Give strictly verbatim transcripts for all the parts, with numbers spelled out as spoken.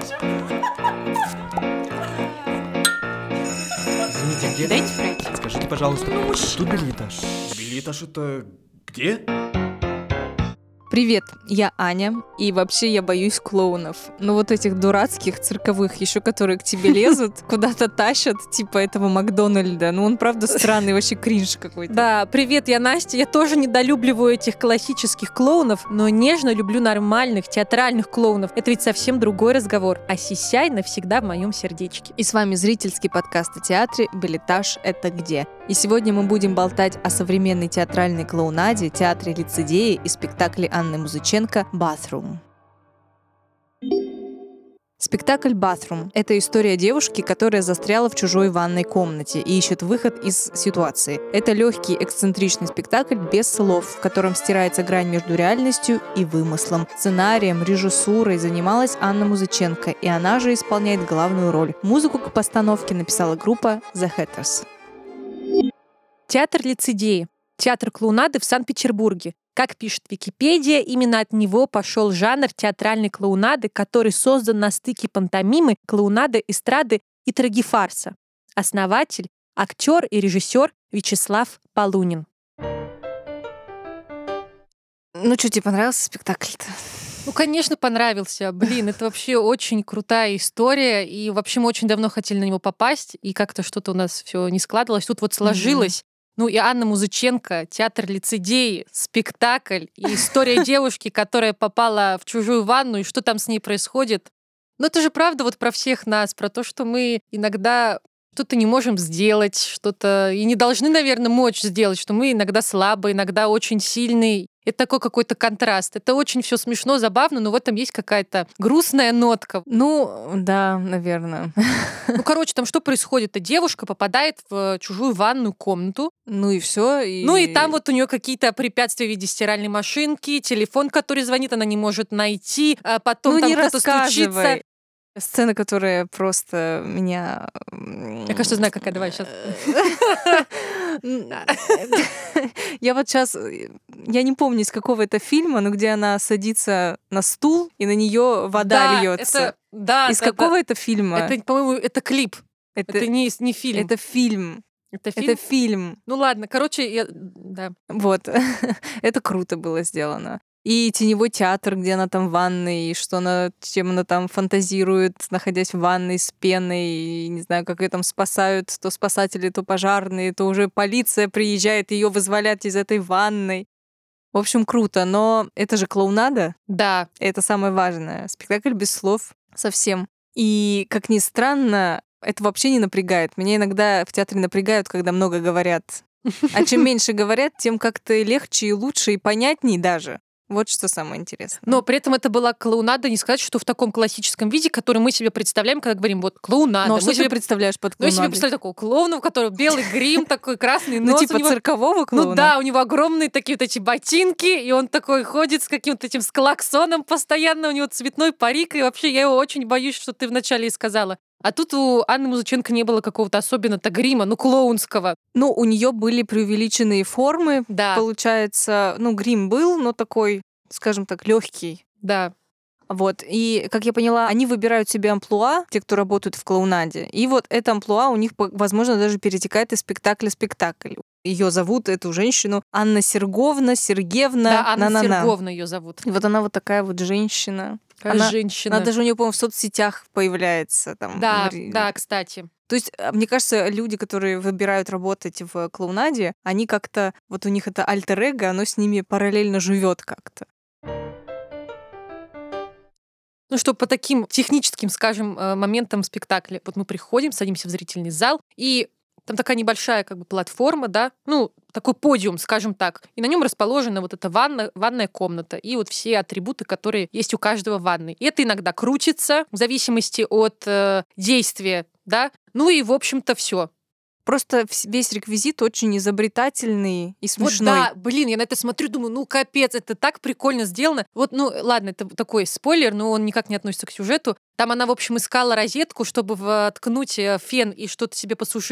Извините, где? Дайте пройти. Скажите, пожалуйста, Ну, мужчина. тут Белитаж. Белитаж это где? Привет, я Аня, и вообще я боюсь клоунов. Ну вот этих дурацких, цирковых, еще которые к тебе лезут, куда-то тащат, типа этого Макдональда. Ну он правда странный, вообще кринж какой-то. Да, привет, я Настя. Я тоже недолюбливаю этих классических клоунов, но нежно люблю нормальных театральных клоунов. Это ведь совсем другой разговор. А Сисяй навсегда в моем сердечке. И с вами зрительский подкаст о театре «Белитаж. Это где?». И сегодня мы будем болтать о современной театральной клоунаде, театре лицедеи и спектакле Анны Музыченко «Bathroom». Спектакль «Bathroom» — это история девушки, которая застряла в чужой ванной комнате и ищет выход из ситуации. Это легкий, эксцентричный спектакль без слов, в котором стирается грань между реальностью и вымыслом. Сценарием, режиссурой занималась Анна Музыченко, и она же исполняет главную роль. Музыку к постановке написала группа The Hatters. Театр лицедеи. Театр клоунады в Санкт-Петербурге. Как пишет Википедия, именно от него пошел жанр театральной клоунады, который создан на стыке пантомимы, клоунады, эстрады и трагифарса. Основатель, актер и режиссер Вячеслав Полунин. Ну что, тебе понравился спектакль-то? Ну, конечно, понравился. Блин, это вообще очень крутая история, и вообще мы очень давно хотели на него попасть, и как-то что-то у нас все не складывалось. Тут вот сложилось. Ну и Анна Музыченко, театр лицедеи, спектакль и история девушки, которая попала в чужую ванну, и что там с ней происходит. Но это же правда вот про всех нас, про то, что мы иногда что-то не можем сделать, что-то и не должны, наверное, мочь сделать, что мы иногда слабые, иногда очень сильные. Это такой какой-то контраст. Это очень все смешно, забавно, но в этом есть какая-то грустная нотка. Ну, да, наверное. Ну, короче, там что происходит? Девушка попадает в чужую ванную комнату. Ну и все. И... Ну и там вот у нее какие-то препятствия в виде стиральной машинки, телефон, который звонит, она не может найти, а потом ну, там не кто-то рассказывай. стучится. Сцена, которая просто меня... Я, кажется, знаю, какая. Давай сейчас. Я вот сейчас... Я не помню, из какого это фильма, но где она садится на стул, и на нее вода льется. Да, из какого это фильма? Это, по-моему, это клип. Это не не фильм. Это фильм. Это фильм? Это фильм. Ну ладно, короче, я... да. Вот. Это круто было сделано. И теневой театр, где она там в ванной, и что она, чем она там фантазирует, находясь в ванной с пеной, и не знаю, как ее там спасают, то спасатели, то пожарные, то уже полиция приезжает ее вызволять из этой ванной. В общем, круто, но это же клоунада. Да. Это самое важное. Спектакль без слов совсем. И, как ни странно, это вообще не напрягает. Меня иногда в театре напрягают, когда много говорят. А чем меньше говорят, тем как-то легче и лучше, и понятней даже. Вот что самое интересное. Но при этом это была клоунада, не сказать, что в таком классическом виде, который мы себе представляем, когда говорим, вот, клоунада. Ну, а что мы себе себе представляешь под Ну, я клоунадой? себе представляю такого клоуна, у которого белый грим, такой красный нос. Ну, типа у него... циркового клоуна? Ну да, у него огромные такие вот эти ботинки, и он такой ходит с каким-то этим с клаксоном постоянно, у него цветной парик, и вообще я его очень боюсь, что ты вначале и сказала. А тут у Анны Музыченко не было какого-то особенно-то грима, ну, клоунского. Ну, у нее были преувеличенные формы, Да. Получается, ну, грим был, но такой, скажем так, легкий. Да. Вот. И, как я поняла, они выбирают себе амплуа, те, кто работают в клоунаде. И вот это амплуа у них, возможно, даже перетекает из спектакля в спектакль. Ее зовут, эту женщину, Анна Серговна, Сергеевна. Да, Анна на-на-на. Серговна ее зовут. И вот она вот такая вот женщина. Какая она, женщина. Она даже у нее, по-моему, в соцсетях появляется. Там, Да, в... да, кстати. То есть, мне кажется, люди, которые выбирают работать в клоунаде, они как-то, вот у них это альтер-эго, оно с ними параллельно живет как-то. Ну что, по таким техническим, скажем, моментам спектакля. Вот мы приходим, садимся в зрительный зал, и там такая небольшая как бы платформа, да, ну, такой подиум, скажем так. И на нем расположена вот эта ванна, ванная комната и вот все атрибуты, которые есть у каждого ванной. И это иногда крутится в зависимости от э, действия, да. Ну и, в общем-то, все. Просто весь реквизит очень изобретательный и смешной. Вот да, блин, я на это смотрю, думаю, ну капец, это так прикольно сделано. Вот, ну ладно, это такой спойлер, но он никак не относится к сюжету. Там она, в общем, искала розетку, чтобы воткнуть фен и что-то себе посушить.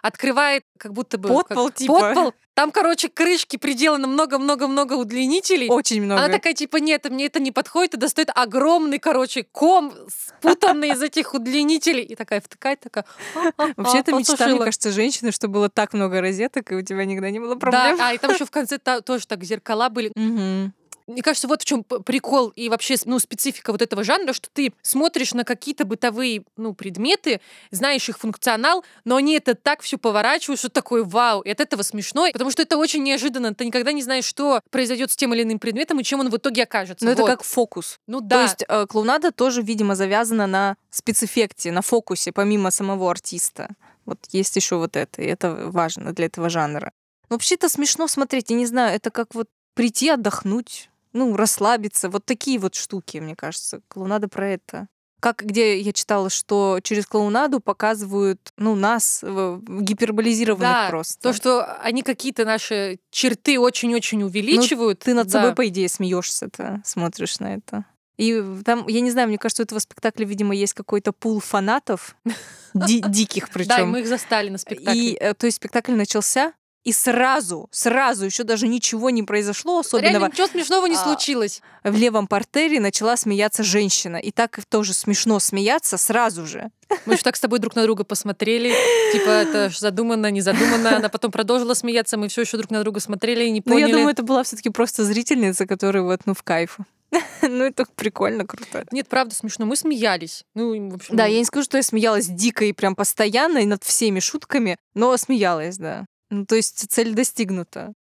открывает как будто бы... Подпол, как, типа. Подпол. Там, короче, крышки приделано много-много-много удлинителей. Очень много. Она такая, типа, нет, мне это не подходит, и достает огромный, короче, ком, спутанный из этих удлинителей. И такая втыкает, такая... Вообще, это мечта, мне посушила. кажется, женщины, что было так много розеток, и у тебя никогда не было проблем. Да, а и там еще в конце та- тоже так зеркала были. Мгм. Мне кажется, вот в чем прикол и вообще ну, специфика вот этого жанра, что ты смотришь на какие-то бытовые ну, предметы, знаешь их функционал, но они это так все поворачивают, что такое вау, и от этого смешно, потому что это очень неожиданно. Ты никогда не знаешь, что произойдет с тем или иным предметом и чем он в итоге окажется. Но это Вот. как фокус. Ну То да. есть э, клоунада тоже, видимо, завязана на спецэффекте, на фокусе, помимо самого артиста. Вот есть еще вот это, и это важно для этого жанра. Но вообще-то смешно смотреть, я не знаю, это как вот прийти отдохнуть, ну, расслабиться. Вот такие вот штуки, мне кажется. Клоунада про это. Как где я читала, что через клоунаду показывают, ну, нас, э, гиперболизированных Да, просто. то, что они какие-то наши черты очень-очень увеличивают. Ты над да. собой, по идее, смеешься-то, смотришь на это. И там, я не знаю, мне кажется, у этого спектакля, видимо, есть какой-то пул фанатов, ди- диких Да, и причем. мы их застали на спектакле. И э, то есть спектакль начался, и сразу, сразу, еще даже ничего не произошло Реально особенного. ничего смешного не А, случилось. В левом портере начала смеяться женщина. И так тоже смешно смеяться сразу же. Мы же так с тобой друг на друга посмотрели. Типа, это ж задумано, не задумано. Она потом продолжила смеяться. Мы все еще друг на друга смотрели и не Но поняли. я думаю, это была все-таки просто зрительница, которая вот, ну, в кайф. Ну, это прикольно, круто. Нет, правда смешно. Мы смеялись. Ну, и, в общем, Да, я не скажу, что я смеялась дико и прям постоянно, и над всеми шутками, но смеялась, да. Ну, то есть цель достигнута.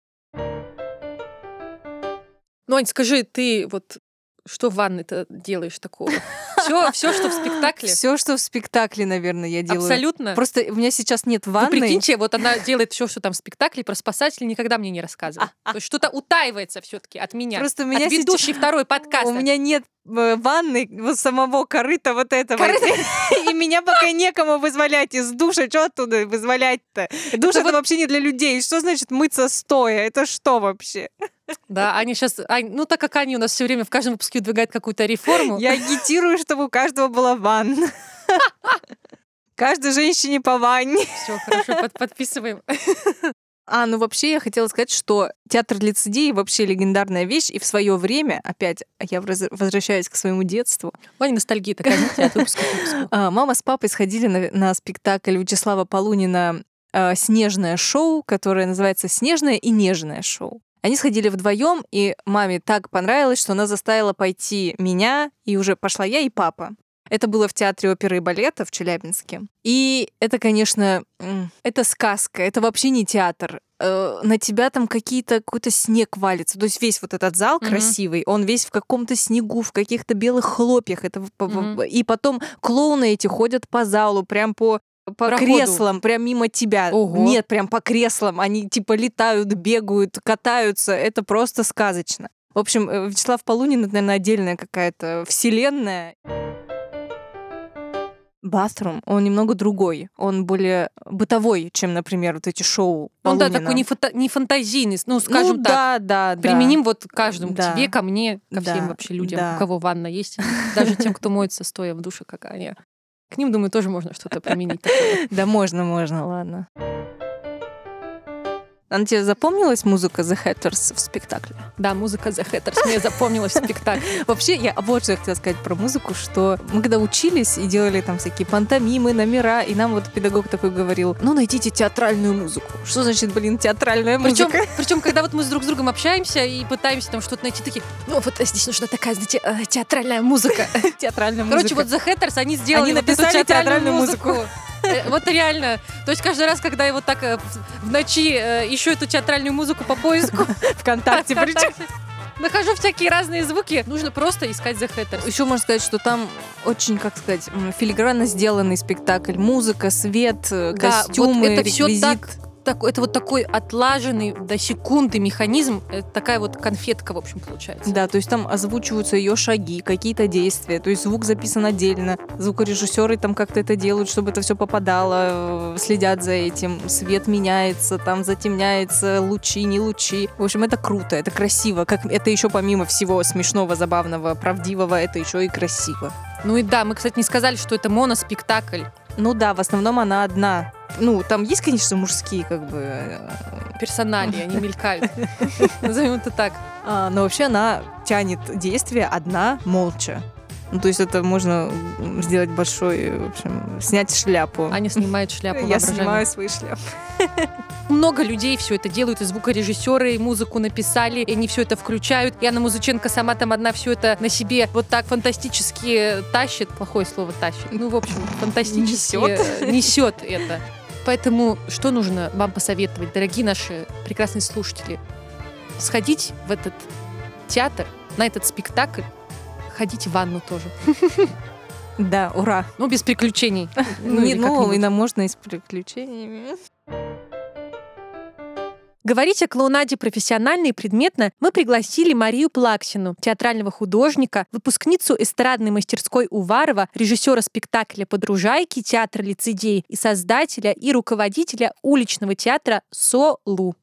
Ну, Ань, скажи, ты вот что в ванной-то делаешь такого? Все, все, что в спектакле? Все, что в спектакле, наверное, я делаю. Абсолютно. Просто у меня сейчас нет Вы ванной. прикиньте, вот она делает все, что там в спектакле, про спасателей никогда мне не рассказывает. То есть что-то утаивается все-таки от меня. Просто у меня от ведущей сейчас- второй подкаста. У меня нет э, ванны вот самого корыта вот этого. И меня пока некому вызволять из душа. Что оттуда вызволять-то? Душ это вообще не для людей. Что значит мыться стоя? Это что вообще? Да, Аня сейчас... Ань, ну, так как Аня у нас все время в каждом выпуске выдвигает какую-то реформу. Я агитирую, чтобы у каждого была ванна. Каждой женщине по ванне. Все, хорошо, под- подписываем. А, ну вообще я хотела сказать, что театр лицедеи вообще легендарная вещь, и в свое время, опять, я враз- возвращаюсь к своему детству, У Ани ностальгия такая, знаете, от выпуска к выпуску. а, мама с папой сходили на, на спектакль Вячеслава Полунина а, «Снежное шоу», которое называется «Снежное и нежное шоу». Они сходили вдвоем, и маме так понравилось, что она заставила пойти меня, и уже пошла я и папа. Это было в Театре оперы и балета в Челябинске. И это, конечно, м, это сказка, это вообще не театр. Э, На тебя там какие-то, какой-то снег валится. То есть весь вот этот зал Мгм. красивый, он весь в каком-то снегу, в каких-то белых хлопьях. Это, в- по- Мгм. И потом клоуны эти ходят по залу, прям по по Проходу. креслам, прям мимо тебя. Ого. Нет, прям по креслам. Они типа летают, бегают, катаются. Это просто сказочно. В общем, э, Вячеслав Полунин — это, наверное, отдельная какая-то вселенная. Bathroom, он немного другой. Он более бытовой, чем, например, вот эти шоу Ну да, Полунина. такой не, фото- не фантазийный, ну, скажем ну, так. да, да, да. Применим вот к каждому, Да. к тебе, ко мне, ко Да, всем вообще людям, да. у кого ванна есть, даже тем, кто моется стоя в душе, как Аня. К ним, думаю, тоже можно что-то применить такое. Да, можно, можно, ладно. Она тебе запомнилась музыка The Hatters в спектакле? Да, музыка The Hatters мне запомнилась в спектакле. Вообще, я вот что я хотела сказать про музыку, что мы когда учились и делали там всякие пантомимы, номера, и нам вот педагог такой говорил, ну, найдите театральную музыку. Что значит, блин, театральная Причем, музыка? причем, когда вот мы с друг с другом общаемся и пытаемся там что-то найти, такие, ну вот здесь нужна такая, знаете, э, театральная музыка. Театральная Короче, музыка. вот The Hatters, они сделали Они вот эту написали театральную театральную музыку. Э, Вот реально. То есть каждый раз, когда я вот так э, в в ночи э, ищу эту театральную музыку по поиску, ВКонтакте. Причем ВКонтакте, нахожу всякие разные звуки, нужно просто искать The Hatters. еще можно сказать, что там очень, как сказать, м, филигранно сделанный спектакль. Музыка, свет, э, Да, костюмы, вот это все реквизит. так, так, это вот такой отлаженный до секунды механизм, это такая вот конфетка, в общем, получается. Да, то есть там озвучиваются ее шаги, какие-то действия, то есть звук записан отдельно, звукорежиссеры там как-то это делают, чтобы это все попадало, э, следят за этим, свет меняется, там затемняется, лучи, не лучи. В общем, это круто, это красиво, как это еще помимо всего смешного, забавного, правдивого, это еще и красиво. Ну и да, мы, кстати, не сказали, что это моноспектакль. Ну да, в основном она одна. Ну, там есть, конечно, мужские, как бы... э, Персонали, они мелькают. Назовем это так. а, но вообще она тянет действие одна молча. Ну, то есть это можно м, сделать большой, в общем, снять шляпу. Аня снимает шляпу Я воображения. снимаю свои шляпы. Много людей все это делают, и звукорежиссеры, и музыку написали, и они все это включают. И Анна Музыченко сама там одна все это на себе вот так фантастически тащит. Плохое слово тащит. Ну, в общем, фантастически Несет. несет это. Поэтому что нужно вам посоветовать, дорогие наши прекрасные слушатели? Сходить в этот театр, на этот спектакль, ходить в ванну тоже. Да, ура. Ну, без приключений. Ну, Не, или ну, как-нибудь. и нам можно и с приключениями. Говорить о клоунаде профессионально и предметно мы пригласили Марию Плаксину, театрального художника, выпускницу эстрадной мастерской Уварова, режиссера спектакля «Подружайки» театра «Лицедей» и создателя и руководителя уличного театра «Солу».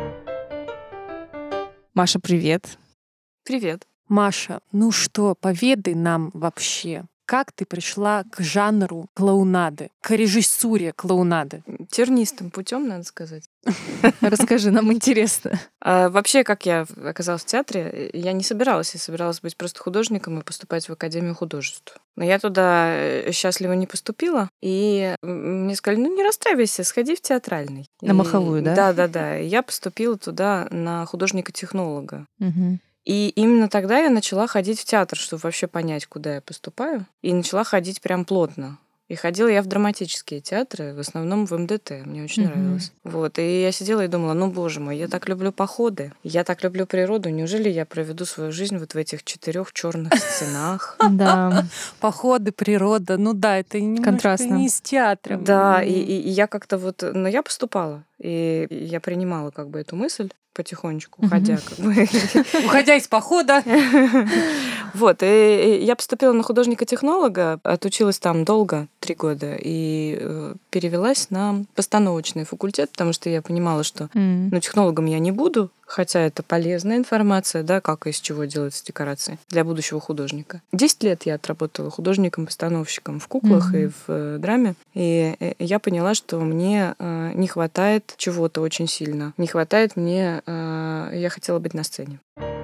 Маша, привет. Привет. Маша, ну что, поведай нам вообще, как ты пришла к жанру клоунады, к режиссуре клоунады? Тернистым путем, надо сказать. Расскажи, нам интересно. А вообще, как я оказалась в театре, я не собиралась. Я собиралась быть просто художником и поступать в Академию художеств. Но я туда э, счастливо не поступила. И м, мне сказали, ну не расстраивайся, сходи в театральный. На И- Маховую, да? Да-да-да. И я поступила туда на художника-технолога. Мгм. И именно тогда я начала ходить в театр, чтобы вообще понять, куда я поступаю. И начала ходить прям плотно. И ходила я в драматические театры, в основном в эм дэ тэ. Мне очень Мгм. нравилось. Вот. И я сидела и думала, ну, боже мой, я так люблю походы, я так люблю природу. Неужели я проведу свою жизнь вот в этих четырех черных стенах? Да. Походы, природа, ну да, это немножко Контрастно. не из театра. Да, и, и- и я как-то вот... Но я поступала. И я принимала как бы эту мысль потихонечку, Мгм. уходя как бы. Уходя из похода. Вот, и и я поступила на художника-технолога, отучилась там долго, три года, и э, перевелась на постановочный факультет, потому что я понимала, что М. ну, технологом я не буду, хотя это полезная информация, да, как и из чего делаются декорации для будущего художника. Десять лет я отработала художником-постановщиком в куклах Мгм. и в э, драме, и э, я поняла, что мне э, не хватает чего-то очень сильно. Не хватает мне... э, я хотела быть на сцене.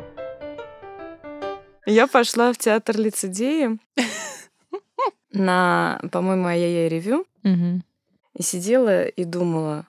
Я пошла в театр лицедеи на, по-моему, ай-яй-яй ревью Мгм. и сидела и думала,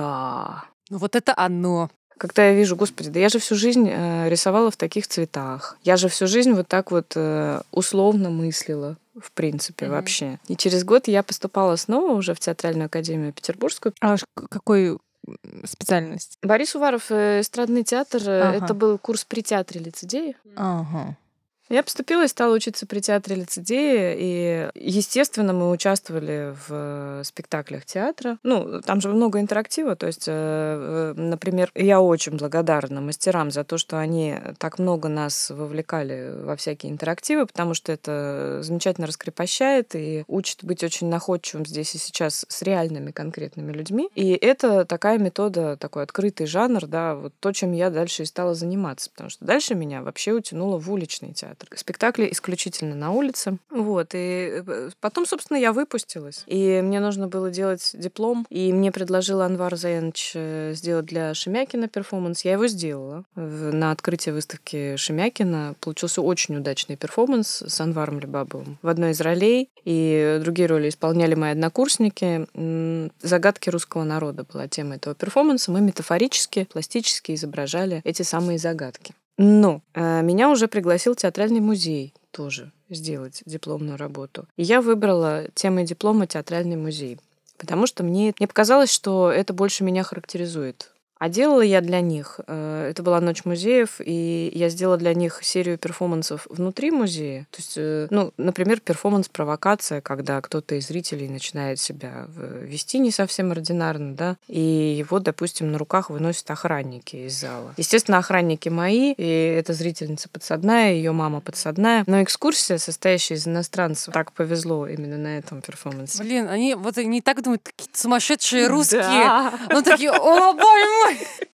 да. Ну вот это оно. Когда я вижу, господи, да я же всю жизнь э, рисовала в таких цветах. Я же всю жизнь вот так вот э, условно мыслила, в принципе, Мгм. вообще. И через год я поступала снова уже в театральную академию петербургскую. А ш- к- какой м, специальность? Борис Уваров, э, эстрадный театр, э, Ага. это был курс при театре лицедеи. Ага. Я поступила и стала учиться при театре лицедеи, и, естественно, мы участвовали в спектаклях театра. Ну, там же много интерактива, то есть, э, э, например, я очень благодарна мастерам за то, что они так много нас вовлекали во всякие интерактивы, потому что это замечательно раскрепощает и учит быть очень находчивым здесь и сейчас с реальными конкретными людьми. И это такая метода, такой открытый жанр, да, вот то, чем я дальше и стала заниматься, потому что дальше меня вообще утянуло в уличный театр. Спектакли исключительно на улице. Вот. И э, потом, собственно, я выпустилась. И мне нужно было делать диплом. И мне предложил Анвар Заянович э, сделать для Шемякина перформанс. Я его сделала. В- На открытии выставки Шемякина получился очень удачный перформанс с Анваром Лебабовым в одной из ролей. И другие роли исполняли мои однокурсники. М, «Загадки русского народа» была тема этого перформанса. Мы метафорически, пластически изображали эти самые загадки. Но э, меня уже пригласил театральный музей тоже сделать дипломную работу. И я выбрала темой диплома театральный музей, потому что мне, мне показалось, что это больше меня характеризует. А делала я для них, э, это была ночь музеев, и я сделала для них серию перформансов внутри музея. То есть, э, ну, например, перформанс-провокация, когда кто-то из зрителей начинает себя в- вести не совсем ординарно, да, и его, допустим, на руках выносят охранники из зала. Естественно, охранники мои, и эта зрительница подсадная, ее мама подсадная, но экскурсия, состоящая из иностранцев, так повезло именно на этом перформансе. Блин, они вот они так думают, такие сумасшедшие русские. Да. Ну такие, о, боже мой!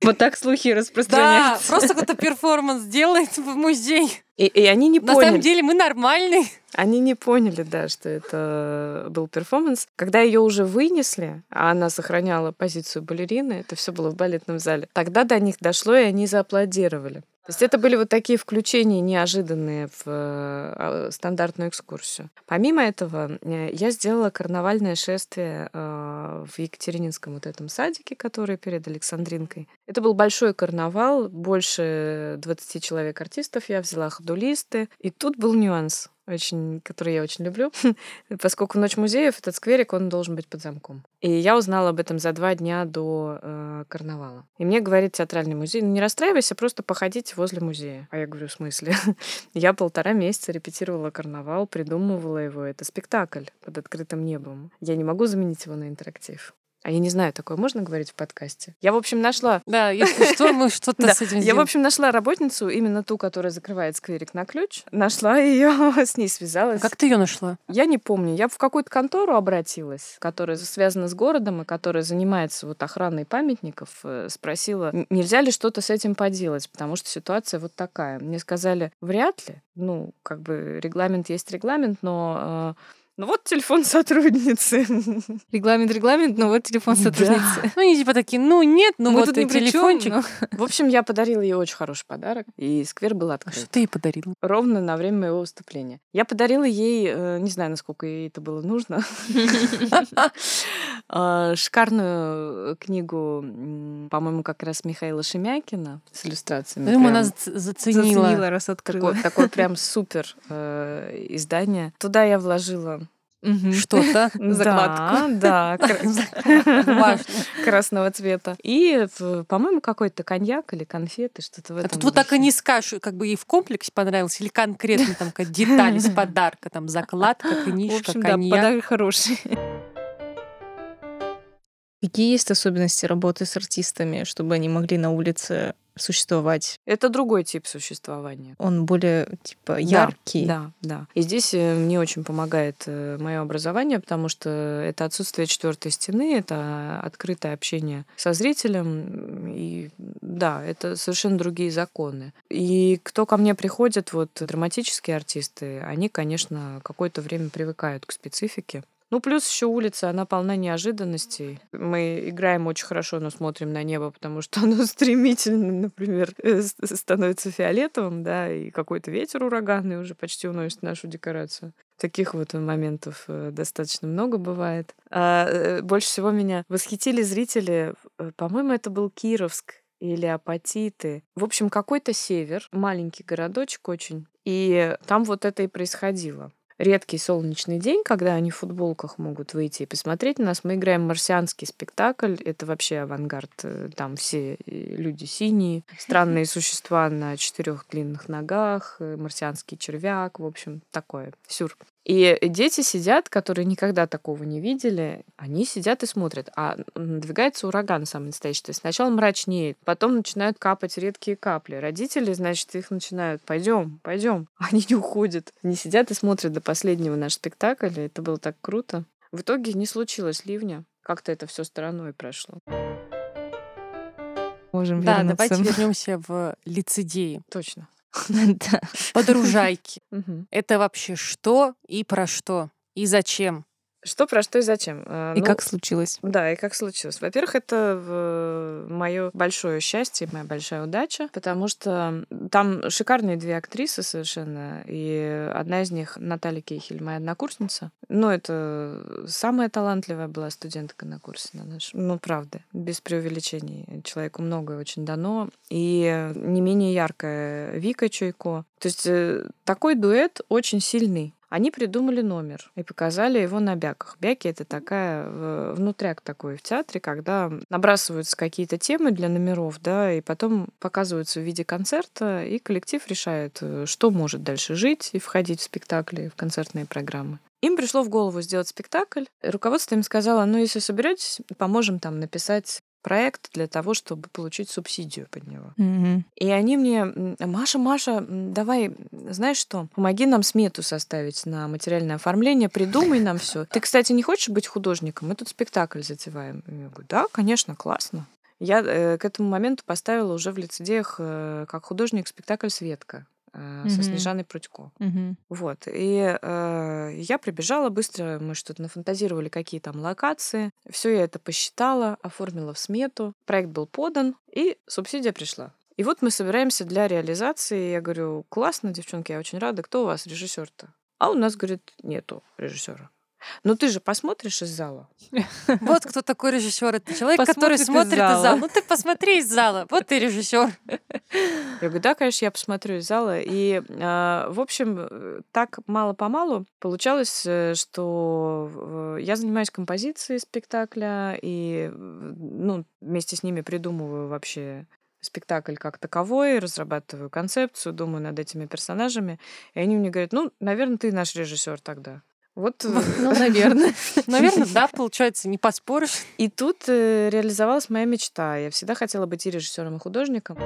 Вот так слухи Да, распространяются. просто кто-то перформанс делает в музей. И, и они не На поняли. самом деле мы нормальные. Они не поняли, да, что это был перформанс. Когда ее уже вынесли, а она сохраняла позицию балерины, это все было в балетном зале, тогда до них дошло, и они зааплодировали. То есть это были вот такие включения неожиданные в э, стандартную экскурсию. Помимо этого, э, я сделала карнавальное шествие э, в Екатерининском вот этом садике, который перед Александринкой. Это был большой карнавал, больше двадцати человек артистов я взяла, ходулисты. И тут был нюанс, очень, который я очень люблю, поскольку Ночь музеев, этот скверик, он должен быть под замком. И я узнала об этом за два дня до э, карнавала. И мне говорит театральный музей: ну не расстраивайся, просто походите возле музея. А я говорю: в смысле? Я полтора месяца репетировала карнавал, придумывала его. Это спектакль под открытым небом. Я не могу заменить его на интерактив. А я не знаю, такое можно говорить в подкасте? Я, в общем, нашла... Да, если что, мы что-то Да, с этим я, в сделаем. общем, нашла работницу, именно ту, которая закрывает скверик на ключ. Нашла ее, с ней связалась. Как ты ее нашла? Я не помню. Я в какую-то контору обратилась, которая связана с городом и которая занимается вот охраной памятников. э, Спросила, н- нельзя ли что-то с этим поделать, потому что ситуация вот такая. Мне сказали: вряд ли. Ну, как бы регламент есть регламент, но... э, ну вот телефон сотрудницы. Регламент, регламент, но вот телефон сотрудницы. Ну, они типа такие: ну нет, ну Мы вот тут и ни при чём, телефончик. но- В общем, я подарила ей очень хороший подарок, и сквер был А открыт. что ты ей подарила? Ровно на время моего выступления. Я подарила ей, э, не знаю, насколько ей это было нужно, э, шикарную книгу, м, по-моему, как раз Михаила Шемякина с иллюстрациями. Я думаю, Прям она зац- заценила. Заценила, раз открыла. Такое, такое прям супер э, издание. Туда я вложила Мгм. Что-то. Закладку. Да, да, кра- Бумажную. красного цвета. И, в- по-моему, какой-то коньяк или конфеты, что-то в А этом. тут вот так и духе. не скажешь, как бы ей в комплексе понравилось, или конкретно там какая деталь из подарка, там закладка, В книжка, общем, да, коньяк. подарок хороший. Какие есть особенности работы с артистами, чтобы они могли на улице существовать? Это другой тип существования. Он более, типа, Да, яркий. Да, да. И здесь э, мне очень помогает мое образование, потому что это отсутствие четвертой стены, это открытое общение со зрителем. И да, это совершенно другие законы. И кто ко мне приходит, вот драматические артисты, они, конечно, какое-то время привыкают к специфике. Ну, плюс еще улица, она полна неожиданностей. Мы играем очень хорошо, но смотрим на небо, потому что оно стремительно, например, э, с- становится фиолетовым, да, и какой-то ветер ураганный уже почти уносит нашу декорацию. Таких вот моментов э, достаточно много бывает. А, э, больше всего меня восхитили зрители. э, По-моему, это был Кировск или Апатиты. В общем, какой-то север, маленький городочек очень. И там вот это и происходило. Редкий солнечный день, когда они в футболках могут выйти и посмотреть на нас. Мы играем марсианский спектакль. Это вообще авангард. Э, Там все э, люди синие, странные существа на четырех длинных ногах, э, марсианский червяк, в общем, такое. Сюр. И дети сидят, которые никогда такого не видели, они сидят и смотрят. А надвигается ураган самый настоящий. То есть сначала мрачнеет, потом начинают капать редкие капли. Родители, значит, их начинают: пойдем, пойдем. Они не уходят. Они сидят и смотрят до последнего наш спектакль. И это было так круто. В итоге не случилось ливня. Как-то это все стороной прошло. Можем Да, вернуться. давайте вернемся в лицедеи. Точно. Да. Подружайки. Мгм. Это вообще что и про что? И зачем? Что, про что и зачем? А, И ну, как случилось? Да, и как случилось. Во-первых, это мое большое счастье, моя большая удача, потому что там шикарные две актрисы совершенно, и одна из них Наталья Кейхель, моя однокурсница. Ну, это самая талантливая была студентка на курсе на нашем. Ну, правда, без преувеличений. Человеку многое очень дано. И не менее яркая Вика Чуйко. То есть э, такой дуэт очень сильный. Они придумали номер и показали его на бяках. Бяки — это такая э, внутряк такой в театре, когда набрасываются какие-то темы для номеров, да, и потом показываются в виде концерта, и коллектив решает, э, что может дальше жить и входить в спектакли, в концертные программы. Им пришло в голову сделать спектакль. Руководство им сказало: ну, если соберетесь, поможем там написать проект для того, чтобы получить субсидию под него. Мгм. И они мне: м, Маша, Маша, м, давай, знаешь что, помоги нам смету составить на материальное оформление, придумай нам все. Ты, кстати, не хочешь быть художником? Мы тут спектакль затеваем. И я говорю: да, конечно, классно. Я э, к этому моменту поставила уже в лицедеях э, как художник спектакль «Светка» э, со Мгм. Снежаной Прудько. Мгм. Вот. И э, я прибежала быстро, мы что-то нафантазировали, какие там локации. Все я это посчитала, оформила в смету. Проект был подан, и субсидия пришла. И вот мы собираемся для реализации. Я говорю, классно, девчонки, я очень рада. Кто у вас режиссер-то? А у нас, говорит, нету режиссера. Ну ты же посмотришь из зала. Вот кто такой режиссер. Это человек, который Посмотрит из смотрит из зала. зала. Ну ты посмотри из зала. Вот ты режиссер. Я говорю, да, конечно, я посмотрю из зала. И, э, в общем, э, так мало-помалу получалось, э, что э, я занимаюсь композицией спектакля и, э, ну, вместе с ними придумываю вообще спектакль как таковой, разрабатываю концепцию, думаю над этими персонажами. И они мне говорят, ну, наверное, ты наш режиссер тогда. Вот, э, Ну, наверное. Наверное, да, получается, не поспоришь. и тут э, реализовалась моя мечта. Я всегда хотела быть и режиссером, и художником.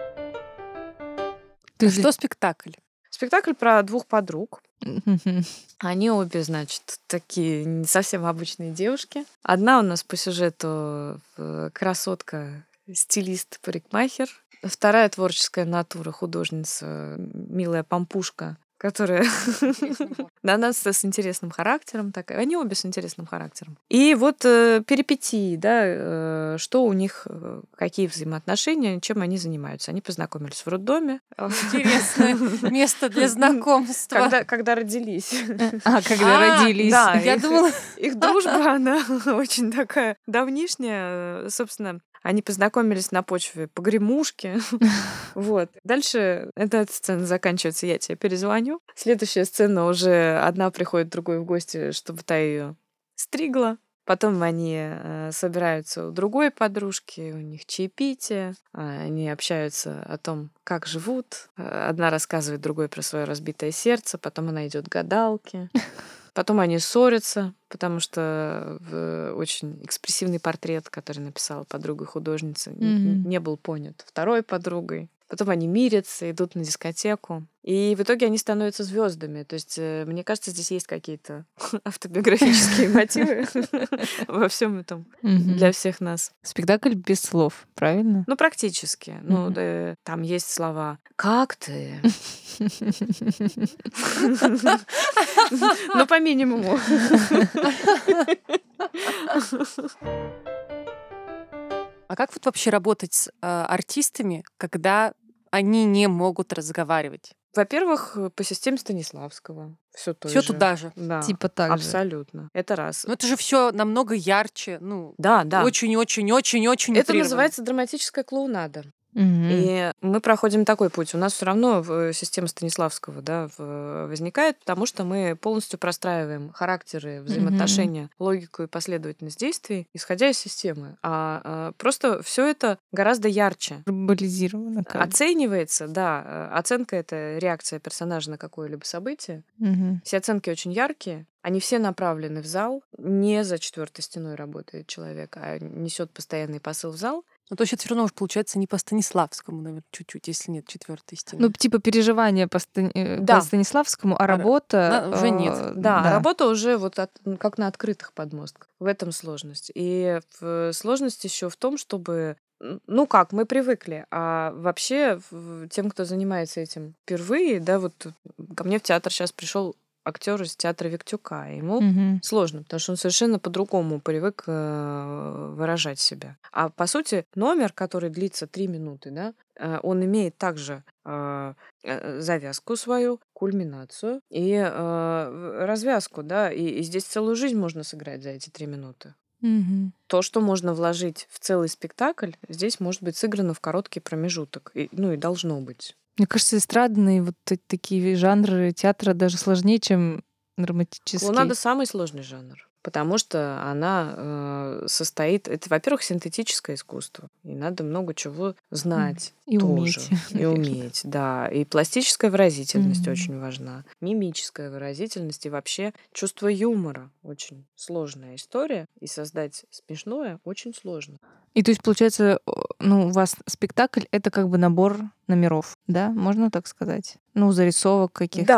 Ты Что спектакль? Спектакль про двух подруг. Мгм. Они обе, значит, такие не совсем обычные девушки. Одна у нас по сюжету э, красотка, стилист, парикмахер. Вторая творческая натура, художница, милая пампушка, которая на нас с интересным характером. Такая. Они обе с интересным характером. И вот э, перипетии, да, э, что у них, э, какие взаимоотношения, чем они занимаются. Они познакомились в роддоме. Интересное место для знакомства. Когда, когда родились. А, когда А, родились. да, Я их- думала, Их дружба, она очень такая давнишняя. Собственно, они познакомились на почве погремушки. Вот. Дальше эта сцена заканчивается, я тебе перезвоню. Следующая сцена уже одна приходит другой в гости, чтобы та ее стригла. Потом они э, собираются у другой подружки, у них чаепитие, а, они общаются о том, как живут. Э, Одна рассказывает другой про свое разбитое сердце, потом она идет к гадалке. Потом они ссорятся, потому что в- очень экспрессивный портрет, который написала подруга художница, н- Мгм. не был понят второй подругой. Потом они мирятся, идут на дискотеку. И в итоге они становятся звездами. То есть, э, мне кажется, здесь есть какие-то автобиографические мотивы во всем этом Мгм. для всех нас. Спектакль без слов, правильно? Ну, практически. Ну, Мгм. да, там есть слова «Как ты?» Ну, по минимуму. а как вот вообще работать с э, артистами, когда они не могут разговаривать? Во-первых, по системе Станиславского. Все то Все же. туда же. Да, Типа так же. абсолютно. Это раз. Но это же все намного ярче, ну, Да, да. очень-очень-очень-очень Это утрированно. называется драматическая клоунада. Мгм. И мы проходим такой путь. У нас все равно в- система Станиславского, да, в- возникает, потому что мы полностью простраиваем характеры, взаимоотношения, логику и последовательность действий, исходя из системы. А, а, просто все это гораздо ярче. Глобализировано как бы. Оценивается, да, э, оценка — это реакция персонажа на какое-либо событие. Мгм. Все оценки очень яркие, они все направлены в зал. Не за четвертой стеной работает человек, а несет постоянный посыл в зал. Ну, то есть это все равно уже получается не по Станиславскому, наверное, чуть-чуть, если нет четвертой стены. Ну, типа переживания по, Стани- э, Да. по Станиславскому, а А, работа... на- уже нет. э, Да, работа уже вот от- м, как на открытых подмостках. В этом сложность. И в- сложность еще в том, чтобы м, ну как, мы привыкли, а вообще в- тем, кто занимается этим впервые, да, вот ко мне в театр сейчас пришел актер из театра Виктюка, и ему Мгм. сложно, потому что он совершенно по-другому привык э, выражать себя. А по сути, номер, который длится три минуты, да, э, он имеет также э, э, завязку свою, кульминацию и э, в- развязку, да, и, и здесь целую жизнь можно сыграть за эти три минуты. Мгм. То, что можно вложить в целый спектакль, здесь может быть сыграно в короткий промежуток. И- ну и должно быть. Мне кажется, эстрадные вот та- такие жанры театра даже сложнее, чем драматический. Клоунада самый сложный жанр, потому что она э, состоит... Это, во-первых, синтетическое искусство, и надо много чего знать И тоже. уметь, И наверное. уметь, да. И пластическая выразительность Мгм. очень важна. Мимическая выразительность и вообще чувство юмора. Очень сложная история, и создать смешное очень сложно. И то есть, получается, о, ну, у вас спектакль — это как бы набор номеров, да? Можно так сказать? Ну, зарисовок каких-то. Да.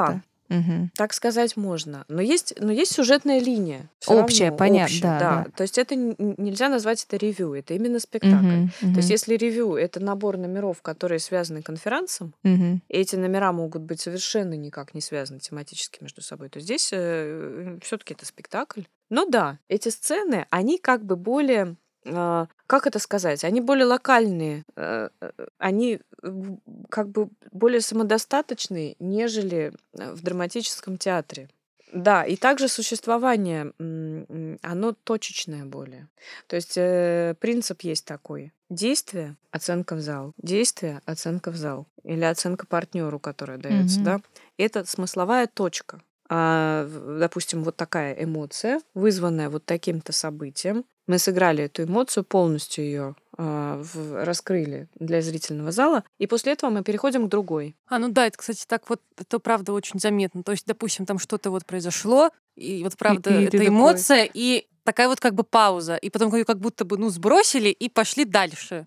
Мгм. Так сказать можно. Но есть, но есть сюжетная линия. всё Общая, равно, понятно, общая, да, да. То есть это н- н- нельзя назвать это ревью, это именно спектакль. Мгм, То есть мгм, если ревью — это набор номеров, которые связаны конферансом, мгм. и эти номера могут быть совершенно никак не связаны тематически между собой, то здесь все-таки это спектакль. Но да, эти сцены, они как бы более, а, как это сказать, они более локальные, э, э, они в- как бы более самодостаточные, нежели э, в драматическом театре. Да, и также существование, м, м, оно точечное более. То есть э, принцип есть такой. Действие — оценка в зал. Действие — оценка в зал. Или оценка партнеру, которая дается, Мгм. да. Это смысловая точка. А, в- допустим, вот такая эмоция, вызванная вот таким-то событием. Мы сыграли эту эмоцию, полностью ее раскрыли для зрительного зала, и после этого мы переходим к другой. А, ну да, это, кстати, так вот, это правда очень заметно. То есть, допустим, там что-то вот произошло, и вот правда и ты это такой. эмоция, и такая вот как бы пауза, и потом её как будто бы, ну, сбросили и пошли дальше.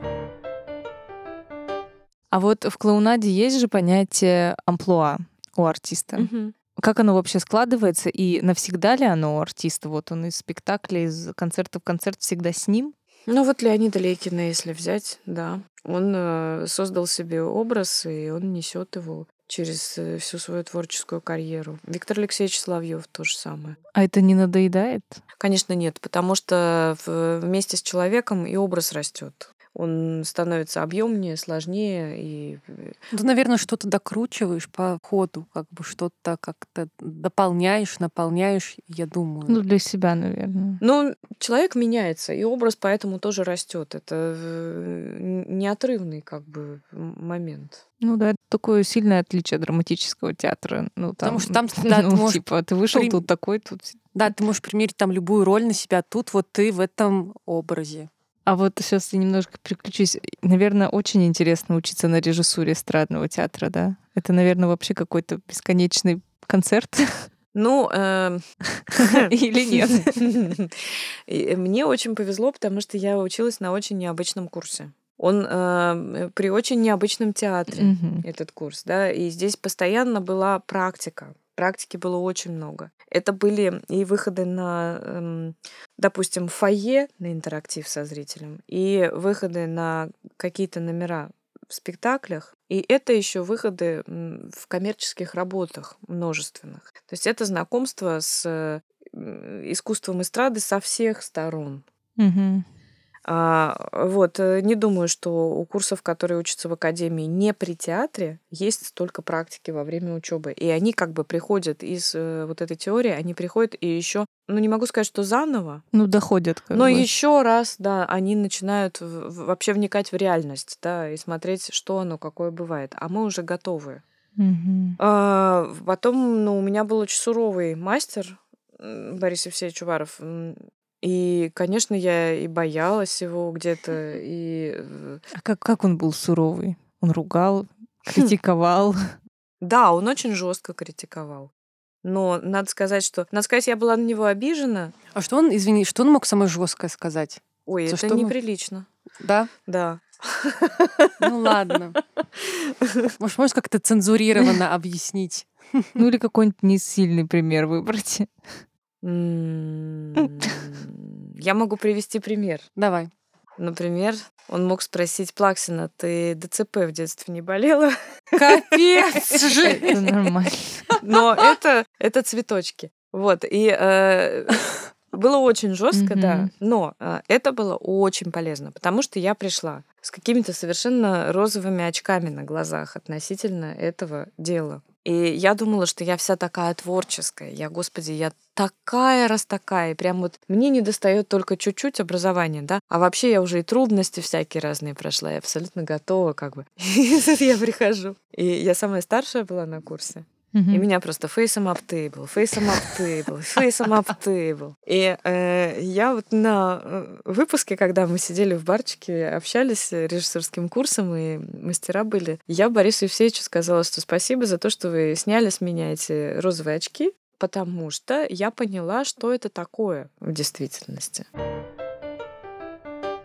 А вот в клоунаде есть же понятие амплуа у артиста. Как оно вообще складывается, и навсегда ли оно у артиста? Вот он из спектакля, из концерта в концерт всегда с ним? Ну вот Леонида Лейкина, если взять, да, он э, создал себе образ, и он несет его через э, всю свою творческую карьеру. Виктор Алексеевич Соловьев то же самое. А это не надоедает? Конечно, нет, потому что в- вместе с человеком и образ растет. Он становится объемнее, сложнее и э, Ты, наверное, что-то докручиваешь по ходу, как бы что-то как-то дополняешь, наполняешь, я думаю. Ну, для себя, наверное. ну, человек меняется, и образ поэтому тоже растет. Это э, н- неотрывный как бы м- момент. Ну да, это такое сильное отличие драматического театра. Ну, там, Потому что там, да, ты ну, можешь типа, ты вышел прим- тут такой, тут... Да, ты можешь примерить там любую роль на себя. Тут вот ты в этом образе. А вот сейчас я немножко переключусь. Наверное, очень интересно учиться на режиссуре эстрадного театра, да? Это, наверное, вообще какой-то бесконечный концерт Ну, эм, или нет? и мне очень повезло, потому что я училась на очень необычном курсе. Он э, при очень необычном театре, Мгм. этот курс, да, и здесь постоянно была практика. Практики было очень много. Это были и выходы на, эм, допустим, фойе, на интерактив со зрителем, и выходы на какие-то номера в спектаклях, и это еще выходы м, в коммерческих работах множественных. То есть это знакомство с э, м, искусством эстрады со всех сторон. Мгм. А, вот, э, не думаю, что у курсов, которые учатся в академии не при театре, есть столько практики во время учебы. И они как бы приходят из э, вот этой теории, они приходят и еще, ну не могу сказать, что заново, Ну, доходят как но бы. еще раз, да, они начинают в- в- вообще вникать в реальность, да, и смотреть, что оно, какое бывает. А мы уже готовы. Мгм. А, в- потом, ну, у меня был очень суровый мастер м, Борис Евсеевич Уваров. м, И, конечно, я и боялась его где-то, и э, А как, как он был суровый? Он ругал, критиковал. да, он очень жестко критиковал. Но надо сказать, что, надо сказать, я была на него обижена. А что он, извини, что он мог самое жесткое сказать? Ой, За это что мы- неприлично. Да? Да. Ну ладно. Может, можешь как-то цензурированно объяснить? Ну, или какой-нибудь несильный пример выбрать. М, Я могу привести пример. Давай. Например, он мог спросить Плаксина: ты ДЦП в детстве не болела? Капец же! Это нормально. Но это, это цветочки. Вот. И э, было очень жестко, да. Мгм. Но э, это было очень полезно, потому что я пришла с какими-то совершенно розовыми очками на глазах относительно этого дела. И я думала, что я вся такая творческая. Я, господи, я такая раз такая. И прям вот мне не достает только чуть-чуть образования, да. А вообще я уже и трудности всякие разные прошла. Я абсолютно готова, как бы. И тут я прихожу. И я самая старшая была на курсе. И Мгм. меня просто фейсом up table, фейсом up table, фейсом up table. И э, я вот на э, выпуске, когда мы сидели в барчике, общались э, режиссерским курсом, и мастера были, я Борису Евсеевичу сказала, что спасибо за то, что вы сняли с меня эти розовые очки, потому что я поняла, что это такое в действительности. Кто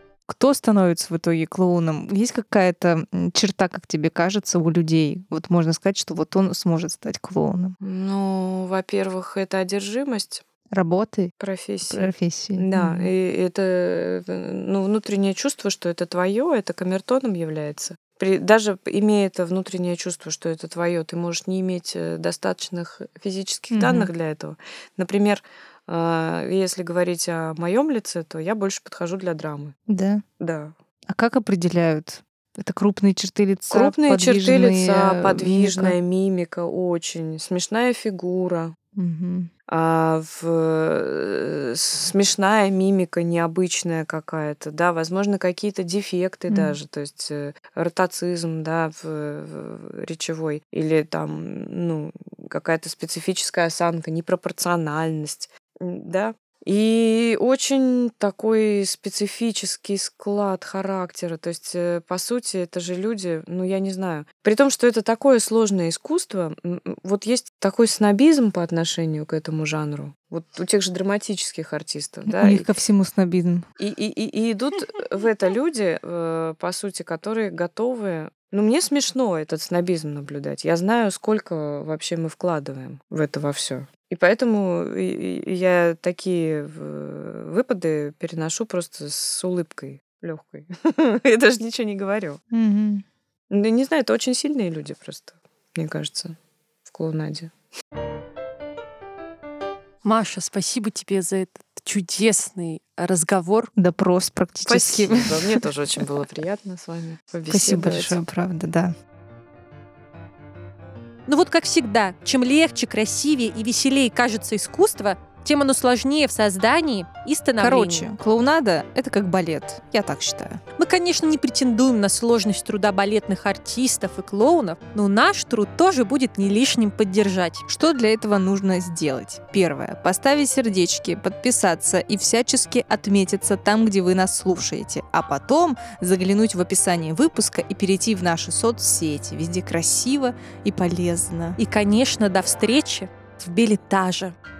кто становится в итоге клоуном? Есть какая-то м, черта, как тебе кажется, у людей? Вот можно сказать, что вот он сможет стать клоуном. Ну, во-первых, это одержимость Работы, профессией. профессии. Да, Мгм. и это э, ну, внутреннее чувство, что это твое, это камертоном является. При, даже имея это внутреннее чувство, что это твое, ты можешь не иметь э, достаточных физических Мгм. данных для этого. Например, э, если говорить о моем лице, то я больше подхожу для драмы. Да. Да. А как определяют? Это крупные черты лица, Крупные черты лица, подвижные, э, подвижная мимика? мимика, очень смешная фигура. Мгм. А, в э, смешная мимика, необычная какая-то, да, возможно, какие-то дефекты М. даже, то есть э, ротацизм, да, в, в речевой, или там, ну, какая-то специфическая осанка, непропорциональность, м, да. И очень такой специфический склад характера. То есть, э, по сути, это же люди, ну, я не знаю. При том, что это такое сложное искусство, м, м, вот есть такой снобизм по отношению к этому жанру. Вот у тех же драматических артистов, У да, них и, ко всему снобизм. и, и- и- и идут в это люди, э, по сути, которые готовы. Ну, мне смешно этот снобизм наблюдать. Я знаю, сколько вообще мы вкладываем в это во все. И поэтому и- и я такие в- выпады переношу просто с улыбкой легкой. Я даже ничего не говорю. Мгм. Ну, не знаю, это очень сильные люди просто, мне кажется, в клоунаде. Маша, спасибо тебе за этот чудесный разговор. Допрос практически. Спасибо. Мне тоже очень было приятно с вами Спасибо побеседовать. большое, правда, да. Ну вот как всегда, чем легче, красивее и веселее кажется искусство, тем оно сложнее в создании и становлении. Короче, клоунада — это как балет. Я так считаю. Мы, конечно, не претендуем на сложность труда балетных артистов и клоунов, но наш труд тоже будет не лишним поддержать. Что для этого нужно сделать? Первое. Поставить сердечки, подписаться и всячески отметиться там, где вы нас слушаете. А потом заглянуть в описание выпуска и перейти в наши соцсети. Везде красиво и полезно. И, конечно, до встречи в билетаже.